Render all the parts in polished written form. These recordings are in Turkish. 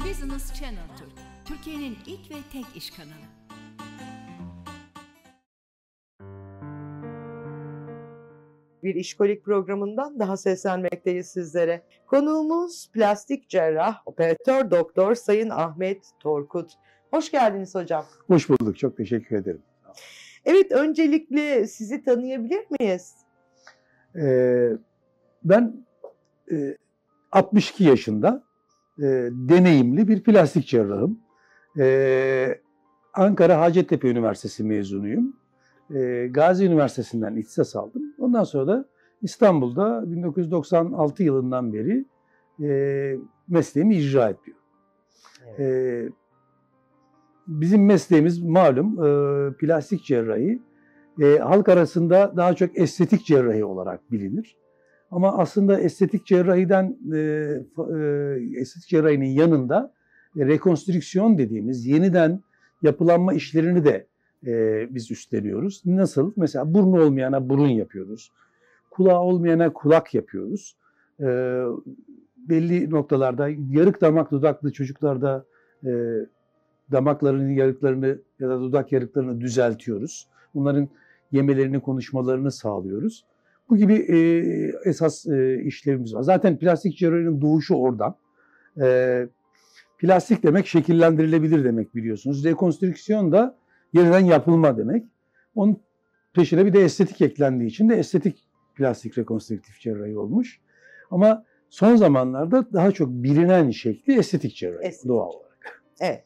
Business Channel Türk, Türkiye'nin ilk ve tek iş kanalı. Bir işkolik programından daha seslenmekteyiz sizlere. Konuğumuz plastik cerrah, operatör doktor Sayın Ahmet Torkut. Hoş geldiniz hocam. Hoş bulduk, çok teşekkür ederim. Evet, öncelikle sizi tanıyabilir miyiz? Ben 62 yaşında deneyimli bir plastik cerrahım. Ankara Hacettepe Üniversitesi mezunuyum. Gazi Üniversitesi'nden ihtisas aldım. Ondan sonra da İstanbul'da 1996 yılından beri mesleğimi icra ediyorum. Evet. Bizim mesleğimiz malum plastik cerrahi. Halk arasında daha çok estetik cerrahi olarak bilinir. Ama aslında estetik cerrahinin yanında rekonstrüksiyon dediğimiz yeniden yapılanma işlerini de biz üstleniyoruz. Nasıl? Mesela burnu olmayana burun yapıyoruz. Kulağı olmayana kulak yapıyoruz. Belli noktalarda yarık damak dudaklı çocuklarda damaklarının yarıklarını ya da dudak yarıklarını düzeltiyoruz. Bunların yemelerini, konuşmalarını sağlıyoruz. Bu gibi esas işlerimiz var. Zaten plastik cerrahinin doğuşu oradan. Plastik demek şekillendirilebilir demek biliyorsunuz. Rekonstrüksiyon da yeniden yapılma demek. Onun peşine bir de estetik eklendiği için de estetik plastik rekonstrüktif cerrahi olmuş. Ama son zamanlarda daha çok bilinen şekli estetik cerrahi doğal olarak. Evet.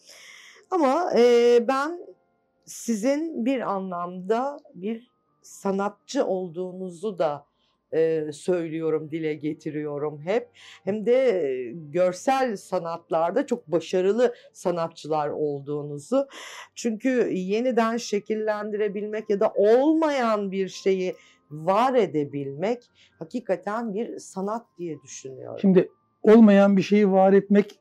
Ama ben sizin bir anlamda bir sanatçı olduğunuzu da söylüyorum, dile getiriyorum hep. Hem de görsel sanatlarda çok başarılı sanatçılar olduğunuzu. Çünkü yeniden şekillendirebilmek ya da olmayan bir şeyi var edebilmek hakikaten bir sanat diye düşünüyorum. Şimdi olmayan bir şeyi var etmek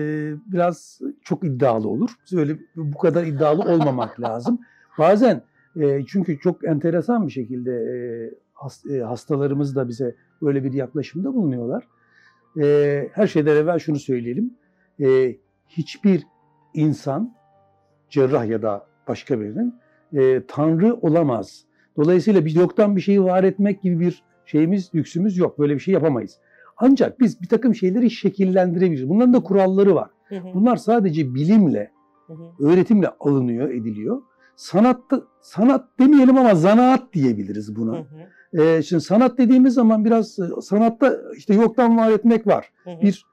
biraz çok iddialı olur. Öyle bu kadar iddialı olmamak lazım. Bazen çünkü çok enteresan bir şekilde hastalarımız da bize böyle bir yaklaşımda bulunuyorlar. Her şeyden evvel şunu söyleyelim. Hiçbir insan, cerrah ya da başka birinin tanrı olamaz. Dolayısıyla biz yoktan bir şeyi var etmek gibi bir lüksümüz yok. Böyle bir şey yapamayız. Ancak biz bir takım şeyleri şekillendirebiliriz. Bunların da kuralları var. Bunlar sadece bilimle, öğretimle alınıyor, ediliyor. Sanat demeyelim ama zanaat diyebiliriz buna. Şimdi sanat dediğimiz zaman biraz sanatta işte yoktan var etmek var. Bir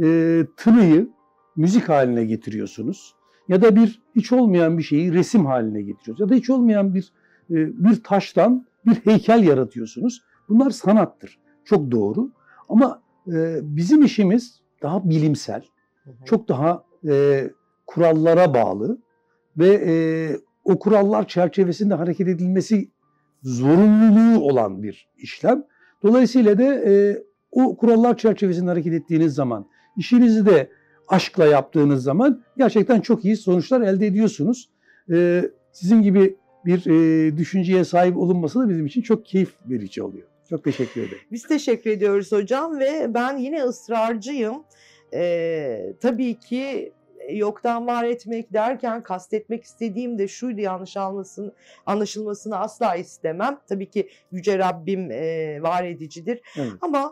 tınıyı müzik haline getiriyorsunuz. Ya da hiç olmayan bir şeyi resim haline getiriyorsunuz. Ya da hiç olmayan bir taştan bir heykel yaratıyorsunuz. Bunlar sanattır. Çok doğru. Ama bizim işimiz daha bilimsel, çok daha kurallara bağlı ve o kurallar çerçevesinde hareket edilmesi zorunluluğu olan bir işlem. Dolayısıyla da o kurallar çerçevesinde hareket ettiğiniz zaman, işinizi de aşkla yaptığınız zaman gerçekten çok iyi sonuçlar elde ediyorsunuz. Sizin gibi bir düşünceye sahip olunması da bizim için çok keyif verici oluyor. Çok teşekkür ederim. Biz teşekkür ediyoruz hocam ve ben yine ısrarcıyım. Tabii ki yoktan var etmek derken kastetmek istediğim de şuydu, yanlış anlaşılmasını asla istemem. Tabii ki Yüce Rabbim var edicidir. Evet. Ama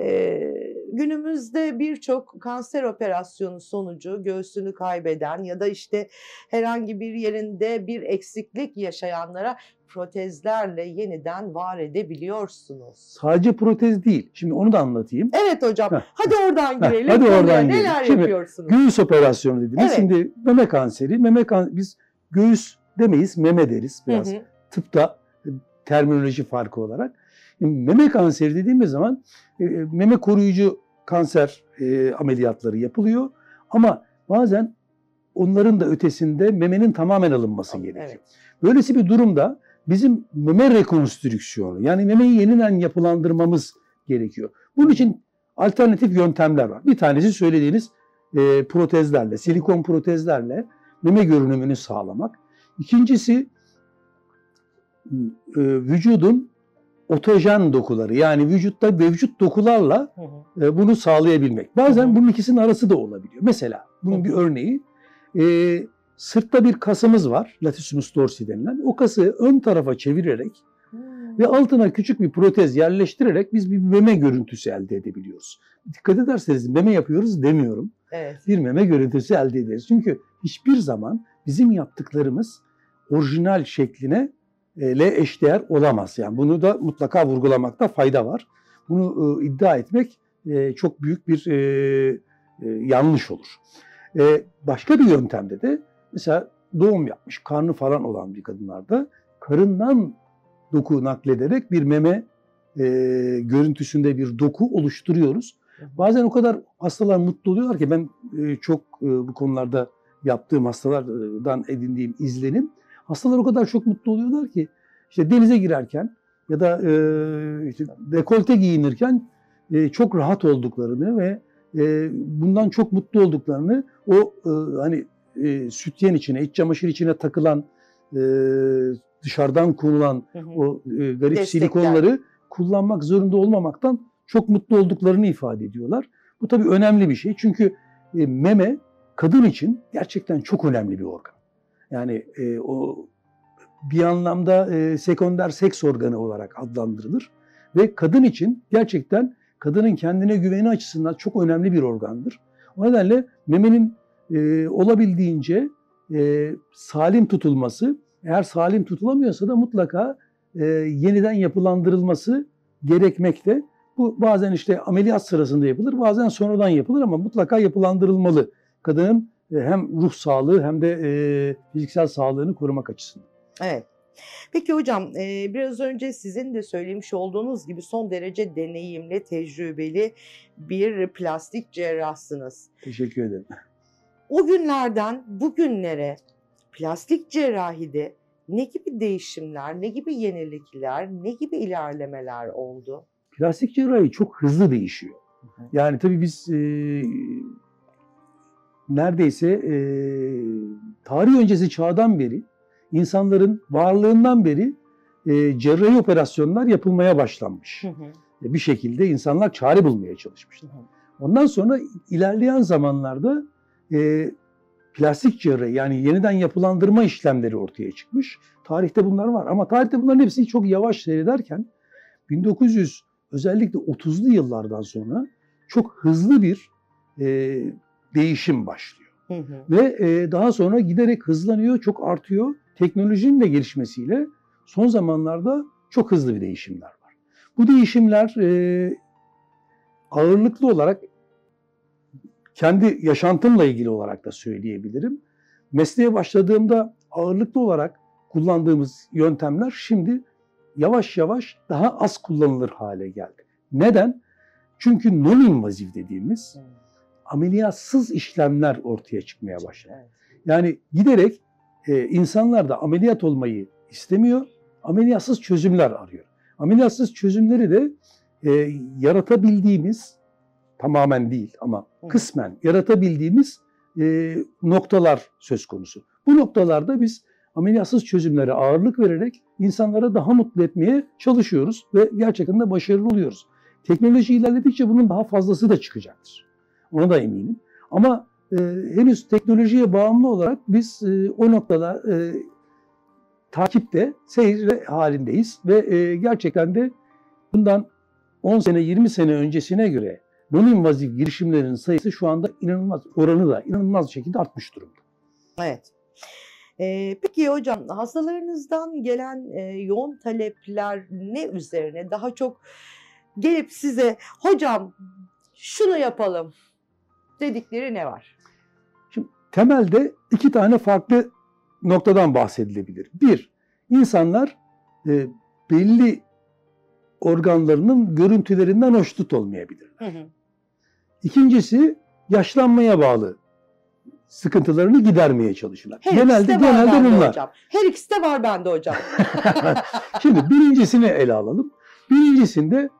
günümüzde birçok kanser operasyonu sonucu göğsünü kaybeden ya da işte herhangi bir yerinde bir eksiklik yaşayanlara protezlerle yeniden var edebiliyorsunuz. Sadece protez değil. Şimdi onu da anlatayım. Evet hocam. Hadi oradan girelim. Hadi oradan girelim. Neler yapıyorsunuz? Göğüs operasyonu dediniz. Evet. Şimdi meme kanseri. Biz göğüs demeyiz, meme deriz biraz. Tıpta terminoloji farkı olarak. Meme kanseri dediğimiz zaman meme koruyucu kanser ameliyatları yapılıyor. Ama bazen onların da ötesinde memenin tamamen alınması gerekiyor. Evet. Böylesi bir durumda bizim meme rekonstrüksiyonu, yani memeyi yeniden yapılandırmamız gerekiyor. Bunun için alternatif yöntemler var. Bir tanesi söylediğiniz protezlerle, silikon protezlerle meme görünümünü sağlamak. İkincisi vücudun otojen dokuları, yani vücutta mevcut dokularla bunu sağlayabilmek. Bazen bunun ikisinin arası da olabiliyor. Mesela bunun bir örneği, sırtta bir kasımız var, latissimus dorsi denilen. O kası ön tarafa çevirerek ve altına küçük bir protez yerleştirerek biz bir meme görüntüsü elde edebiliyoruz. Dikkat ederseniz meme yapıyoruz demiyorum. Evet. Bir meme görüntüsü elde ederiz. Çünkü hiçbir zaman bizim yaptıklarımız orijinal şekline eşdeğer olamaz. Yani bunu da mutlaka vurgulamakta fayda var. Bunu iddia etmek çok büyük bir yanlış olur. Başka bir yöntemde de mesela doğum yapmış, karnı falan olan bir kadınlarda karından doku naklederek bir meme görüntüsünde bir doku oluşturuyoruz. Bazen o kadar hastalar mutlu oluyorlar ki ben çok bu konularda yaptığım hastalardan edindiğim izlenim, hastalar o kadar çok mutlu oluyorlar ki işte denize girerken ya da işte dekolte giyinirken çok rahat olduklarını ve bundan çok mutlu olduklarını, o hani sütyen içine, iç çamaşır içine takılan dışarıdan konulan o garip Destekler, silikonları kullanmak zorunda olmamaktan çok mutlu olduklarını ifade ediyorlar. Bu tabii önemli bir şey. Çünkü meme kadın için gerçekten çok önemli bir organ. Yani o bir anlamda sekonder seks organı olarak adlandırılır. Ve kadın için gerçekten kadının kendine güveni açısından çok önemli bir organdır. O nedenle memenin olabildiğince salim tutulması, eğer salim tutulamıyorsa da mutlaka yeniden yapılandırılması gerekmekte. Bu bazen işte ameliyat sırasında yapılır, bazen sonradan yapılır ama mutlaka yapılandırılmalı. Kadının hem ruh sağlığı hem de fiziksel sağlığını korumak açısından. Evet. Peki hocam, biraz önce sizin de söylemiş olduğunuz gibi son derece deneyimli, tecrübeli bir plastik cerrahsınız. Teşekkür ederim. O günlerden bugünlere plastik cerrahide ne gibi değişimler, ne gibi yenilikler, ne gibi ilerlemeler oldu? Plastik cerrahi çok hızlı değişiyor. Yani tabii biz neredeyse tarih öncesi çağdan beri, insanların varlığından beri cerrahi operasyonlar yapılmaya başlanmış. Bir şekilde insanlar çare bulmaya çalışmışlar. Ondan sonra ilerleyen zamanlarda plastik cerrahi, yani yeniden yapılandırma işlemleri ortaya çıkmış. Tarihte bunlar var ama tarihte bunların hepsini çok yavaş seyrederken 1900 özellikle 30'lu yıllardan sonra çok hızlı bir değişim başlıyor. Ve daha sonra giderek hızlanıyor, çok artıyor. Teknolojinin de gelişmesiyle son zamanlarda çok hızlı bir değişimler var. Bu değişimler ağırlıklı olarak kendi yaşantımla ilgili olarak da söyleyebilirim. Mesleğe başladığımda ağırlıklı olarak kullandığımız yöntemler şimdi yavaş yavaş daha az kullanılır hale geldi. Neden? Çünkü non-invazif dediğimiz ameliyatsız işlemler ortaya çıkmaya başladı. Yani giderek insanlar da ameliyat olmayı istemiyor, ameliyatsız çözümler arıyor. Ameliyatsız çözümleri de yaratabildiğimiz, tamamen değil ama kısmen yaratabildiğimiz noktalar söz konusu. Bu noktalarda biz ameliyatsız çözümlere ağırlık vererek insanlara daha mutlu etmeye çalışıyoruz ve gerçekten de başarılı oluyoruz. Teknoloji ilerledikçe bunun daha fazlası da çıkacaktır. Ona da eminim. Ama henüz teknolojiye bağımlı olarak biz o noktada takipte, seyir halindeyiz ve gerçekten de bundan 10 sene, 20 sene öncesine göre non-invazif girişimlerin sayısı şu anda inanılmaz, oranı da inanılmaz şekilde artmış durumda. Evet. Peki hocam, hastalarınızdan gelen yoğun talepler ne üzerine? Daha çok gelip size hocam şunu yapalım dedikleri ne var? Şimdi temelde iki tane farklı noktadan bahsedilebilir. Bir, insanlar belli organlarının görüntülerinden hoşnut olmayabilirler. İkincisi, yaşlanmaya bağlı sıkıntılarını gidermeye çalışırlar. Genelde bunlar. Hocam. Her ikisi de var bende hocam. Şimdi birincisini ele alalım. Birincisinde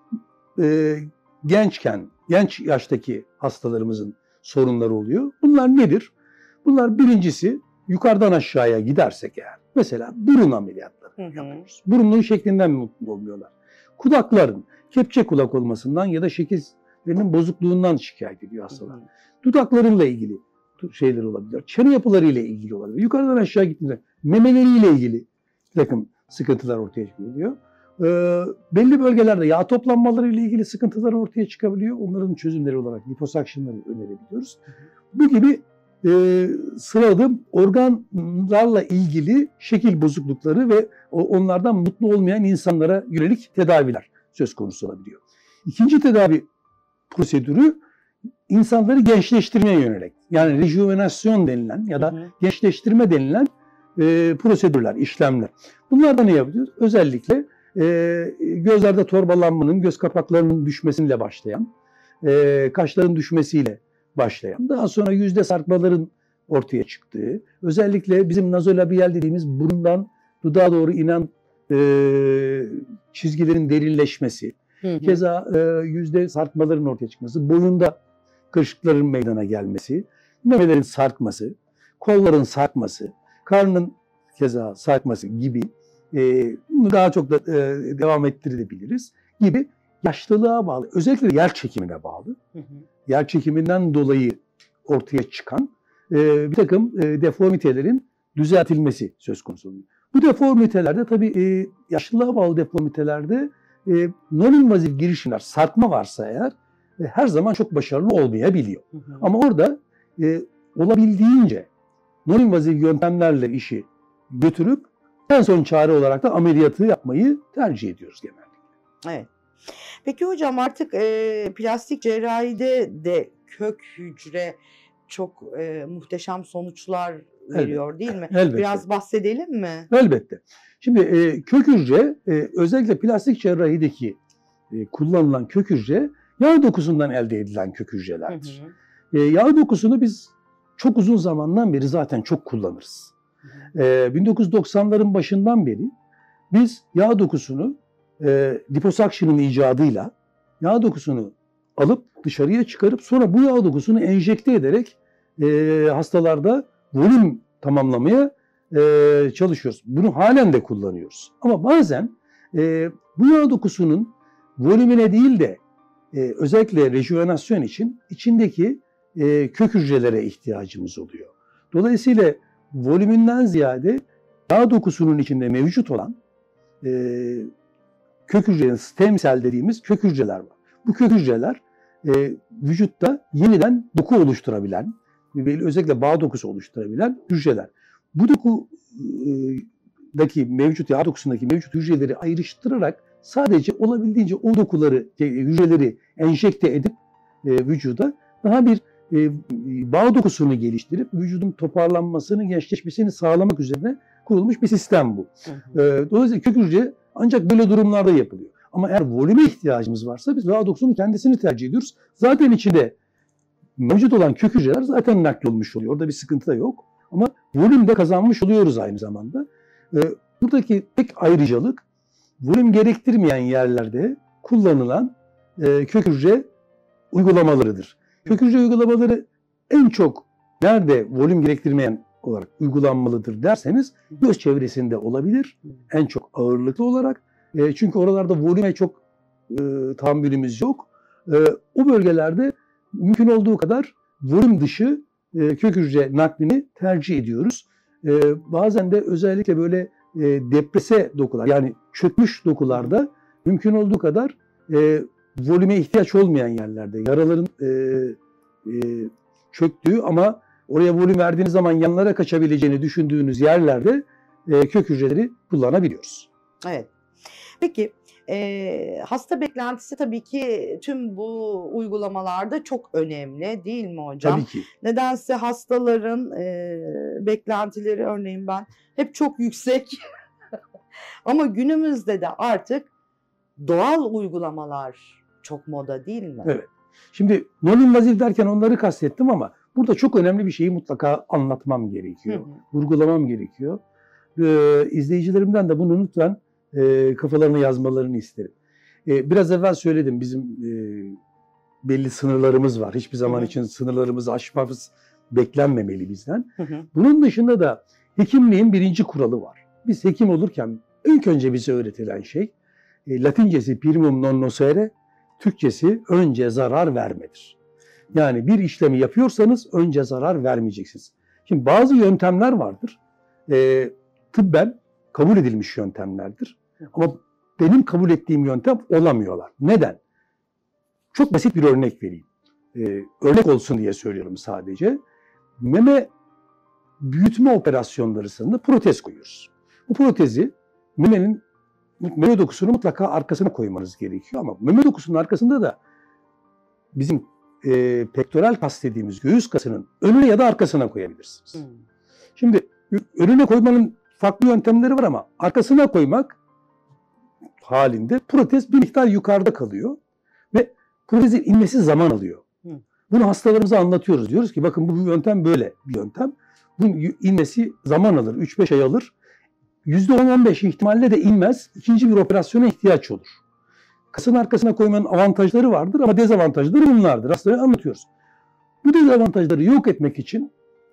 genç yaştaki hastalarımızın sorunları oluyor. Bunlar nedir? Bunlar birincisi, yukarıdan aşağıya gidersek eğer. Mesela burun ameliyatları yapıyoruz. Burunun şeklinden mutlu olmuyorlar. Kulakların kepçe kulak olmasından ya da şekillerinin bozukluğundan şikayet ediyor hastalar. Dudaklarıyla ilgili şeyler olabilir. Çene yapılarıyla ilgili olabilir. Yukarıdan aşağı gittiğinde memeleriyle ilgili bir takım sıkıntılar ortaya çıkabiliyor. Belli bölgelerde yağ toplanmaları ile ilgili sıkıntılar ortaya çıkabiliyor. Onların çözümleri olarak liposuction'ları önerebiliyoruz. Bu gibi sıraladığım organlarla ilgili şekil bozuklukları ve onlardan mutlu olmayan insanlara yönelik tedaviler söz konusu olabiliyor. İkinci tedavi prosedürü insanları gençleştirmeye yönelik. Yani rejuvenasyon denilen ya da gençleştirme denilen prosedürler, işlemler. Bunlardan ne yapıyoruz? Özellikle gözlerde torbalanmanın, göz kapaklarının düşmesiyle başlayan, kaşların düşmesiyle başlayan, daha sonra yüzde sarkmaların ortaya çıktığı, özellikle bizim nazolabiyal dediğimiz burundan dudağa doğru inen çizgilerin derinleşmesi, keza yüzde sarkmaların ortaya çıkması, boyunda kırışıkların meydana gelmesi, memelerin sarkması, kolların sarkması, karnın keza sarkması gibi bunu daha çok da devam ettirebiliriz gibi yaşlılığa bağlı, özellikle yer çekimine bağlı, yer çekiminden dolayı ortaya çıkan bir takım deformitelerin düzeltilmesi söz konusu oluyor. Bu deformitelerde tabii yaşlılığa bağlı deformitelerde non-invazif girişimler, sarkma varsa eğer her zaman çok başarılı olmayabiliyor. Ama orada olabildiğince non-invazif yöntemlerle işi götürüp en son çare olarak da ameliyatı yapmayı tercih ediyoruz genellikle. Evet. Peki hocam artık plastik cerrahide de kök hücre çok muhteşem sonuçlar veriyor değil mi? Elbette. Biraz bahsedelim mi? Elbette. Şimdi kök hücre özellikle plastik cerrahideki kullanılan kök hücre yağ dokusundan elde edilen kök hücrelerdir. Yağ dokusunu biz çok uzun zamandan beri zaten çok kullanırız. 1990'ların başından beri biz yağ dokusunu liposuction'ın icadıyla yağ dokusunu alıp dışarıya çıkarıp sonra bu yağ dokusunu enjekte ederek hastalarda volüm tamamlamaya çalışıyoruz. Bunu halen de kullanıyoruz. Ama bazen bu yağ dokusunun volümüne değil de özellikle rejuvenasyon için içindeki kök hücrelere ihtiyacımız oluyor. Dolayısıyla volümünden ziyade yağ dokusunun içinde mevcut olan kök hücrenin stem cell dediğimiz kök hücreler var. Bu kök hücreler vücutta yeniden doku oluşturabilen, özellikle bağ dokusu oluşturabilen hücreler. Bu dokudaki mevcut yağ dokusundaki mevcut hücreleri ayrıştırarak sadece olabildiğince o dokuları, hücreleri enjekte edip vücuda daha bir bağ dokusunu geliştirip vücudun toparlanmasını, gençleşmesini sağlamak üzerine kurulmuş bir sistem bu. Dolayısıyla kök hücre ancak böyle durumlarda yapılıyor. Ama eğer volüme ihtiyacımız varsa biz bağ dokusunun kendisini tercih ediyoruz. Zaten içinde mevcut olan kök hücreler zaten naklolmuş oluyor. Orada bir sıkıntı da yok. Ama volüm de kazanmış oluyoruz aynı zamanda. Buradaki tek ayrıcalık volüm gerektirmeyen yerlerde kullanılan kök hücre uygulamalarıdır. Kök hücre uygulamaları en çok nerede volüm gerektirmeyen olarak uygulanmalıdır derseniz göz çevresinde olabilir. En çok ağırlıklı olarak. Çünkü oralarda volüme çok tahammülümüz yok. O bölgelerde mümkün olduğu kadar volüm dışı kök hücre naklini tercih ediyoruz. Bazen de özellikle böyle deprese dokular, yani çökmüş dokularda mümkün olduğu kadar volüme ihtiyaç olmayan yerlerde, yaraların çöktüğü ama oraya volüm verdiğiniz zaman yanlara kaçabileceğini düşündüğünüz yerlerde kök hücreleri kullanabiliyoruz. Evet. Peki hasta beklentisi tabii ki tüm bu uygulamalarda çok önemli değil mi hocam? Tabii ki. Nedense hastaların beklentileri örneğin ben hep çok yüksek ama günümüzde de artık doğal uygulamalar çok moda değil mi? Evet. Şimdi non-invazif derken onları kastettim ama burada çok önemli bir şeyi mutlaka anlatmam gerekiyor. Vurgulamam gerekiyor. İzleyicilerimden de bunu lütfen kafalarına yazmalarını isterim. Biraz evvel söyledim, bizim belli sınırlarımız var. Hiçbir zaman için sınırlarımızı aşmamız beklenmemeli bizden. Bunun dışında da hekimliğin birinci kuralı var. Biz hekim olurken ilk önce bize öğretilen şey Latincesi primum non nocere, Türkçesi önce zarar vermedir. Yani bir işlemi yapıyorsanız önce zarar vermeyeceksiniz. Şimdi bazı yöntemler vardır. Tıbben kabul edilmiş yöntemlerdir. Ama benim kabul ettiğim yöntem olamıyorlar. Neden? Çok basit bir örnek vereyim. Örnek olsun diye söylüyorum sadece. Meme büyütme operasyonları sırasında protez koyuyoruz. Bu protezi meme dokusunu mutlaka arkasına koymanız gerekiyor ama meme dokusunun arkasında da bizim pektoral kas dediğimiz göğüs kasının önüne ya da arkasına koyabilirsiniz. Şimdi önüne koymanın farklı yöntemleri var ama arkasına koymak halinde protez bir miktar yukarıda kalıyor ve protezin inmesi zaman alıyor. Bunu hastalarımıza anlatıyoruz. Diyoruz ki bakın bu yöntem böyle bir yöntem. Bunun inmesi zaman alır. 3-5 ay alır. %10-15 ihtimalle de inmez. İkinci bir operasyona ihtiyaç olur. Kasın arkasına koymanın avantajları vardır ama dezavantajları bunlardır. Hastaya anlatıyoruz. Bu dezavantajları yok etmek için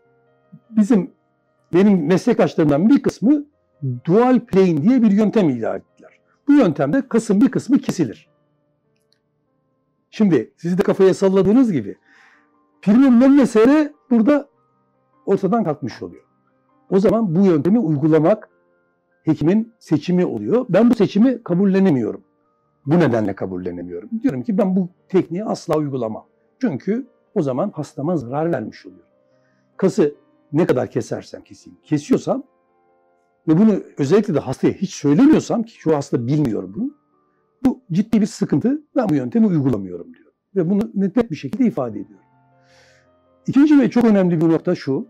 benim meslektaşlarımdan bir kısmı dual plane diye bir yöntem icat ettiler. Bu yöntemde kasın bir kısmı kesilir. Şimdi siz de kafaya salladığınız gibi primum non nocere burada ortadan kalkmış oluyor. O zaman bu yöntemi uygulamak hekimin seçimi oluyor. Ben bu seçimi kabullenemiyorum. Bu nedenle kabullenemiyorum. Diyorum ki ben bu tekniği asla uygulamam. Çünkü o zaman hastama zarar vermiş oluyor. Kası ne kadar kesersem keseyim, kesiyorsam ve bunu özellikle de hastaya hiç söylemiyorsam ki şu hasta bilmiyor bunu, bu ciddi bir sıkıntı, ben bu yöntemi uygulamıyorum diyor. Ve bunu net bir şekilde ifade ediyorum. İkinci ve çok önemli bir nokta şu,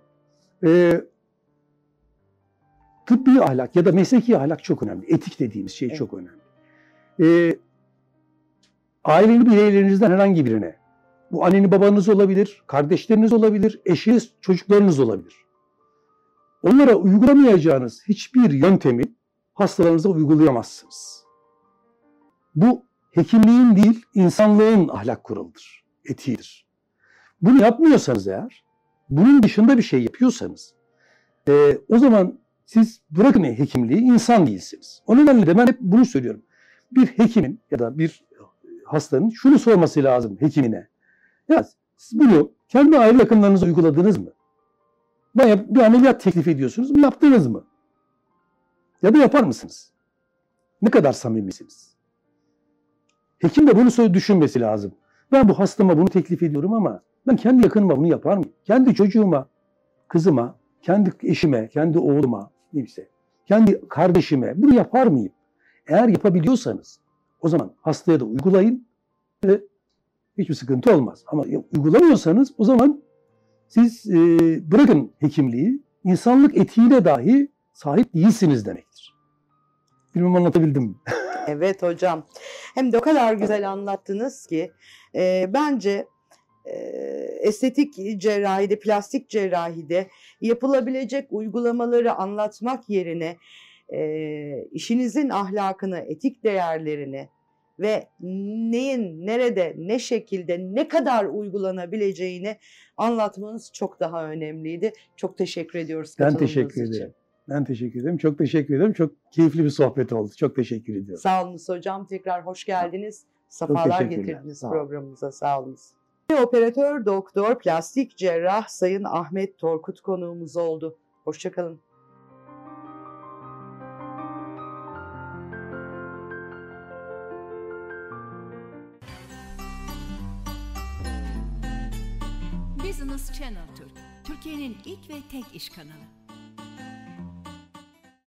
tıbbi ahlak ya da mesleki ahlak çok önemli. Etik dediğimiz şey çok önemli. Aileli bireylerinizden herhangi birine, bu anneniz babanız olabilir, kardeşleriniz olabilir, eşiniz, çocuklarınız olabilir. Onlara uygulamayacağınız hiçbir yöntemi hastalarınıza uygulayamazsınız. Bu hekimliğin değil, insanlığın ahlak kuralıdır, etiğidir. Bunu yapmıyorsanız eğer, bunun dışında bir şey yapıyorsanız, o zaman siz bırakın hekimliği, insan değilsiniz. O nedenle de ben hep bunu söylüyorum. Bir hekimin ya da bir hastanın şunu sorması lazım hekimine. Ya siz bunu kendi aile yakınlarınıza uyguladınız mı? Bana bir ameliyat teklif ediyorsunuz, bunu yaptınız mı? Ya da yapar mısınız? Ne kadar samimisiniz? Hekim de bunu düşünmesi lazım. Ben bu hastama bunu teklif ediyorum ama ben kendi yakınıma bunu yapar mıyım? Kendi çocuğuma, kızıma, kendi eşime, kendi oğluma, neyse, kendi kardeşime bunu yapar mıyım? Eğer yapabiliyorsanız o zaman hastaya da uygulayın ve hiçbir sıkıntı olmaz. Ama uygulamıyorsanız o zaman siz bırakın hekimliği, insanlık etiğine dahi sahip değilsiniz demektir. Bilmem anlatabildim mi? Evet hocam. Hem de o kadar güzel anlattınız ki bence estetik cerrahide, plastik cerrahide yapılabilecek uygulamaları anlatmak yerine işinizin ahlakını, etik değerlerini ve neyin, nerede, ne şekilde, ne kadar uygulanabileceğini anlatmanız çok daha önemliydi. Çok teşekkür ediyoruz katılımınız için. Ben teşekkür ederim. Ben teşekkür ederim. Çok teşekkür ederim. Çok keyifli bir sohbet oldu. Çok teşekkür ediyorum. Sağ olun hocam. Tekrar hoş geldiniz. Safalar getirdiniz programımıza. Sağ olun. Operatör doktor plastik cerrah Sayın Ahmet Torkut konuğumuz oldu. Hoşçakalın. Business Channel Türk, Türkiye'nin ilk ve tek iş kanalı.